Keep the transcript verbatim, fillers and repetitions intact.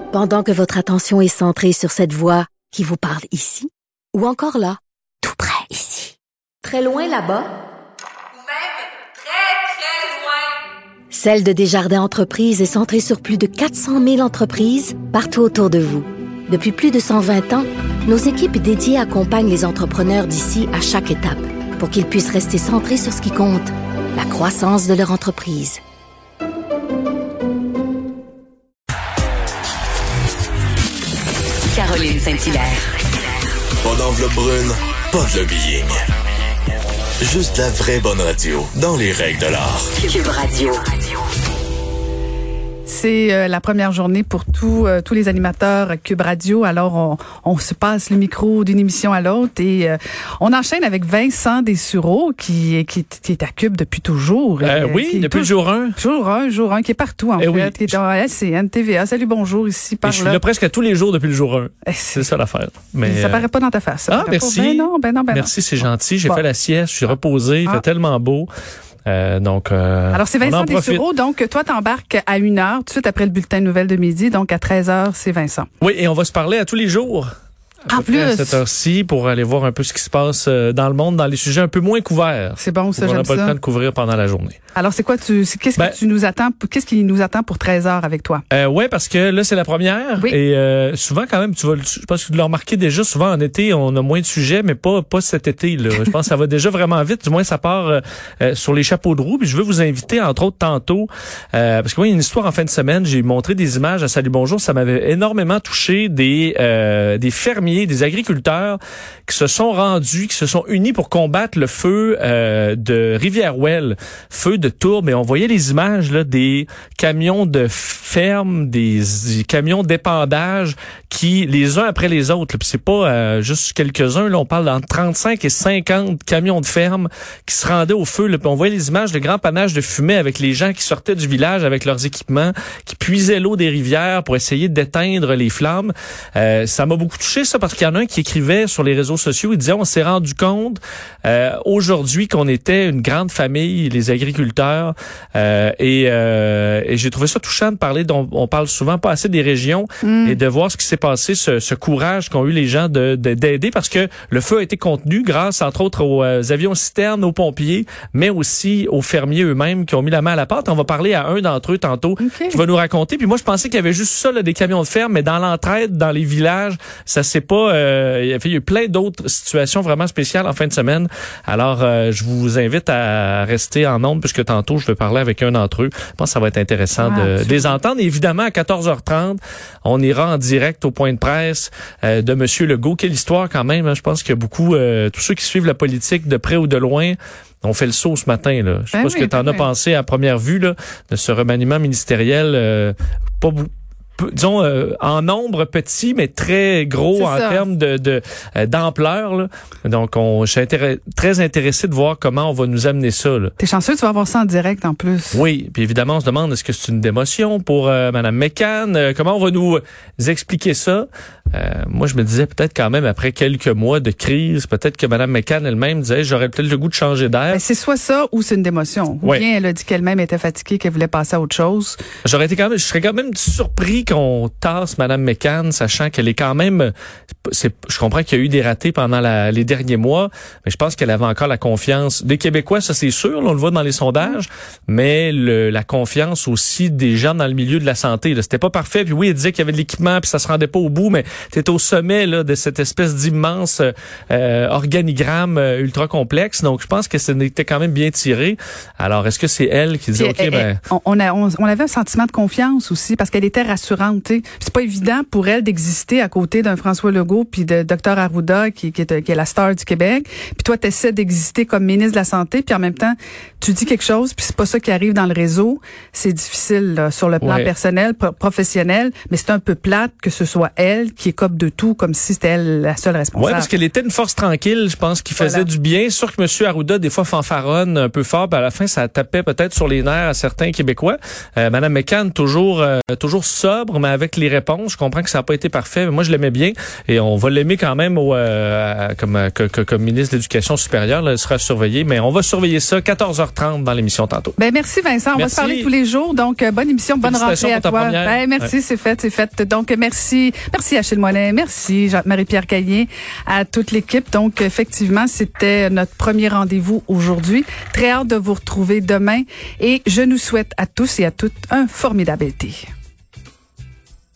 Pendant que votre attention est centrée sur cette voix qui vous parle ici, ou encore là, tout près ici, très loin là-bas, ou même très, très loin, Celle de Desjardins Entreprises est centrée sur plus de quatre cent mille entreprises partout autour de vous. Depuis plus de cent vingt ans, nos équipes dédiées accompagnent les entrepreneurs d'ici à chaque étape pour qu'ils puissent rester centrés sur ce qui compte, la croissance de leur entreprise. Caroline Saint-Hilaire. Pas d'enveloppe brune, pas de lobbying. Juste la vraie bonne radio, dans les règles de l'art. Cube Radio. C'est euh, la première journée pour tout, euh, tous les animateurs Cube Radio. Alors, on, on se passe le micro d'une émission à l'autre et euh, on enchaîne avec Vincent Dessureau qui, qui, qui est à Cube depuis toujours. Euh, euh, oui, depuis le jour un. Jour un, jour un, qui est partout en eh fait, oui. qui est dans L C N, T V A. Salut, bonjour, ici, par Et je là. suis là presque tous les jours depuis le jour un. Eh, c'est ça l'affaire. Mais ça euh... paraît pas dans ta face. Ça ah, merci. Pas. Ben non, ben non, ben merci, non. c'est gentil. J'ai bon. fait la sieste, je suis reposé, il ah. fait tellement beau. Euh, donc, euh, Alors, c'est Vincent Dessureau. Donc, toi, t'embarques à une heure, tout de suite après le bulletin de nouvelles de midi. Donc, à treize heures, c'est Vincent. Oui, et on va se parler à tous les jours. En plus. À cette heure-ci, pour aller voir un peu ce qui se passe dans le monde, dans les sujets un peu moins couverts. C'est bon, ça, j'aime ça. On n'a pas le temps de couvrir pendant la journée. Alors, c'est quoi, tu, c'est, qu'est-ce ben, que tu nous attends, qu'est-ce qui nous attend pour treize heures avec toi? Euh, ouais, parce que là, c'est la première. Oui. Et, euh, souvent, quand même, tu vas, je pense que tu l'as remarqué déjà, souvent en été, on a moins de sujets, mais pas, pas cet été, là. Je pense que ça va déjà vraiment vite. Du moins, ça part, euh, euh, sur les chapeaux de roue. Puis je veux vous inviter, entre autres, tantôt, euh, parce que moi, il y a une histoire en fin de semaine. J'ai montré des images à Salut Bonjour. Ça m'avait énormément touché des, euh, des fermiers, des agriculteurs qui se sont rendus, qui se sont unis pour combattre le feu, euh, de Rivière-Ouelle, feu de tourbe. Et on voyait les images là des camions de ferme, des, des camions d'épandage qui les uns après les autres. Là, puis c'est pas euh, juste quelques-uns. Là, on parle d'entre trente-cinq et cinquante camions de ferme qui se rendaient au feu. Là, puis on voyait les images de grands panaches de fumée avec les gens qui sortaient du village avec leurs équipements, qui puisaient l'eau des rivières pour essayer d'éteindre les flammes. Euh, ça m'a beaucoup touché ça parce qu'il y en a un qui écrivait sur les réseaux sociaux. Il disait on s'est rendu compte euh, aujourd'hui qu'on était une grande famille, les agriculteurs. Euh, et, euh, et j'ai trouvé ça touchant de parler, dont on parle souvent pas assez des régions mm. et de voir ce qui s'est passé, ce, ce courage qu'ont eu les gens de, de d'aider parce que le feu a été contenu grâce entre autres aux euh, avions citernes, aux pompiers, mais aussi aux fermiers eux-mêmes qui ont mis la main à la pâte. On va parler à un d'entre eux tantôt okay. qui va nous raconter. Puis moi je pensais qu'il y avait juste ça là, des camions de ferme, mais dans l'entraide, dans les villages, ça c'est pas. Euh, il y a eu plein d'autres situations vraiment spéciales en fin de semaine. Alors euh, je vous invite à rester en ondes puisque tantôt je vais parler avec un d'entre eux. Je pense que ça va être intéressant ah, de, de les entendre. Et évidemment, à quatorze heures trente, on ira en direct au point de presse euh, de Monsieur Legault. Quelle histoire quand même. Hein? Je pense que beaucoup, euh, tous ceux qui suivent la politique de près ou de loin, on fait le saut ce matin. Là. Je sais ben pas oui, ce que tu en ben as oui. pensé à première vue là, de ce remaniement ministériel. Euh, pas beaucoup. Disons euh, en nombre petit mais très gros en termes de, de euh, d'ampleur là. Donc on je suis intéress, très intéressé de voir comment on va nous amener ça là. T'es chanceux tu vas avoir ça en direct en plus. Oui, puis évidemment on se demande est-ce que c'est une démotion pour euh, Madame McCann, euh, comment on va nous expliquer ça. Euh, moi je me disais peut-être quand même après quelques mois de crise, peut-être que Madame McCann elle-même disait j'aurais peut-être le goût de changer d'air. Ben, c'est soit ça ou c'est une démotion. Ou oui. bien elle a dit qu'elle-même était fatiguée, qu'elle voulait passer à autre chose. J'aurais été quand même je serais quand même surpris qu'on tasse Madame McCann, sachant qu'elle est quand même, c'est, je comprends qu'il y a eu des ratés pendant la, les derniers mois, mais je pense qu'elle avait encore la confiance des Québécois, ça c'est sûr, là, on le voit dans les sondages, mais le, la confiance aussi des gens dans le milieu de la santé. Là, c'était pas parfait, puis oui, elle disait qu'il y avait de l'équipement, puis ça se rendait pas au bout, mais t'es au sommet là de cette espèce d'immense euh, organigramme euh, ultra complexe, donc je pense que ce n'était quand même bien tiré. Alors, est-ce que c'est elle qui dit, puis, ok, elle, ben, on, on, a, on, on avait un sentiment de confiance aussi parce qu'elle était rassurante, tu sais. C'est pas évident pour elle d'exister à côté d'un François Legault puis de Docteur Arruda qui, qui, est, qui est la star du Québec. Puis toi, t'essaies d'exister comme ministre de la Santé, puis en même temps, tu dis quelque chose, puis c'est pas ça qui arrive dans le réseau. C'est difficile là, sur le plan ouais. personnel, pro- professionnel, mais c'est un peu plate que ce soit elle qui écope de tout comme si c'était elle la seule responsable. Oui, parce qu'elle était une force tranquille, je pense, qui faisait voilà. du bien. Sûr que M. Arruda, des fois, fanfaronne un peu fort, puis à la fin, ça tapait peut-être sur les nerfs à certains Québécois. Euh, Mme McCann, toujours, euh, toujours sobre, sobre, mais avec les réponses. Je comprends que ça n'a pas été parfait, mais moi, je l'aimais bien. Et on va l'aimer quand même au, euh, comme, que, que, comme ministre de l'Éducation supérieure. Là, il sera surveillé, mais on va surveiller ça quatorze heures trente dans l'émission tantôt. Ben merci Vincent. On merci. va se parler tous les jours. Donc, euh, bonne émission, bonne rentrée à toi. Ben, merci, ouais. c'est fait, c'est fait. Donc, merci. Merci Achille Moinet. Merci Marie-Pierre Caillé, à toute l'équipe. Donc, effectivement, c'était notre premier rendez-vous aujourd'hui. Très hâte de vous retrouver demain. Et je nous souhaite à tous et à toutes un formidable été.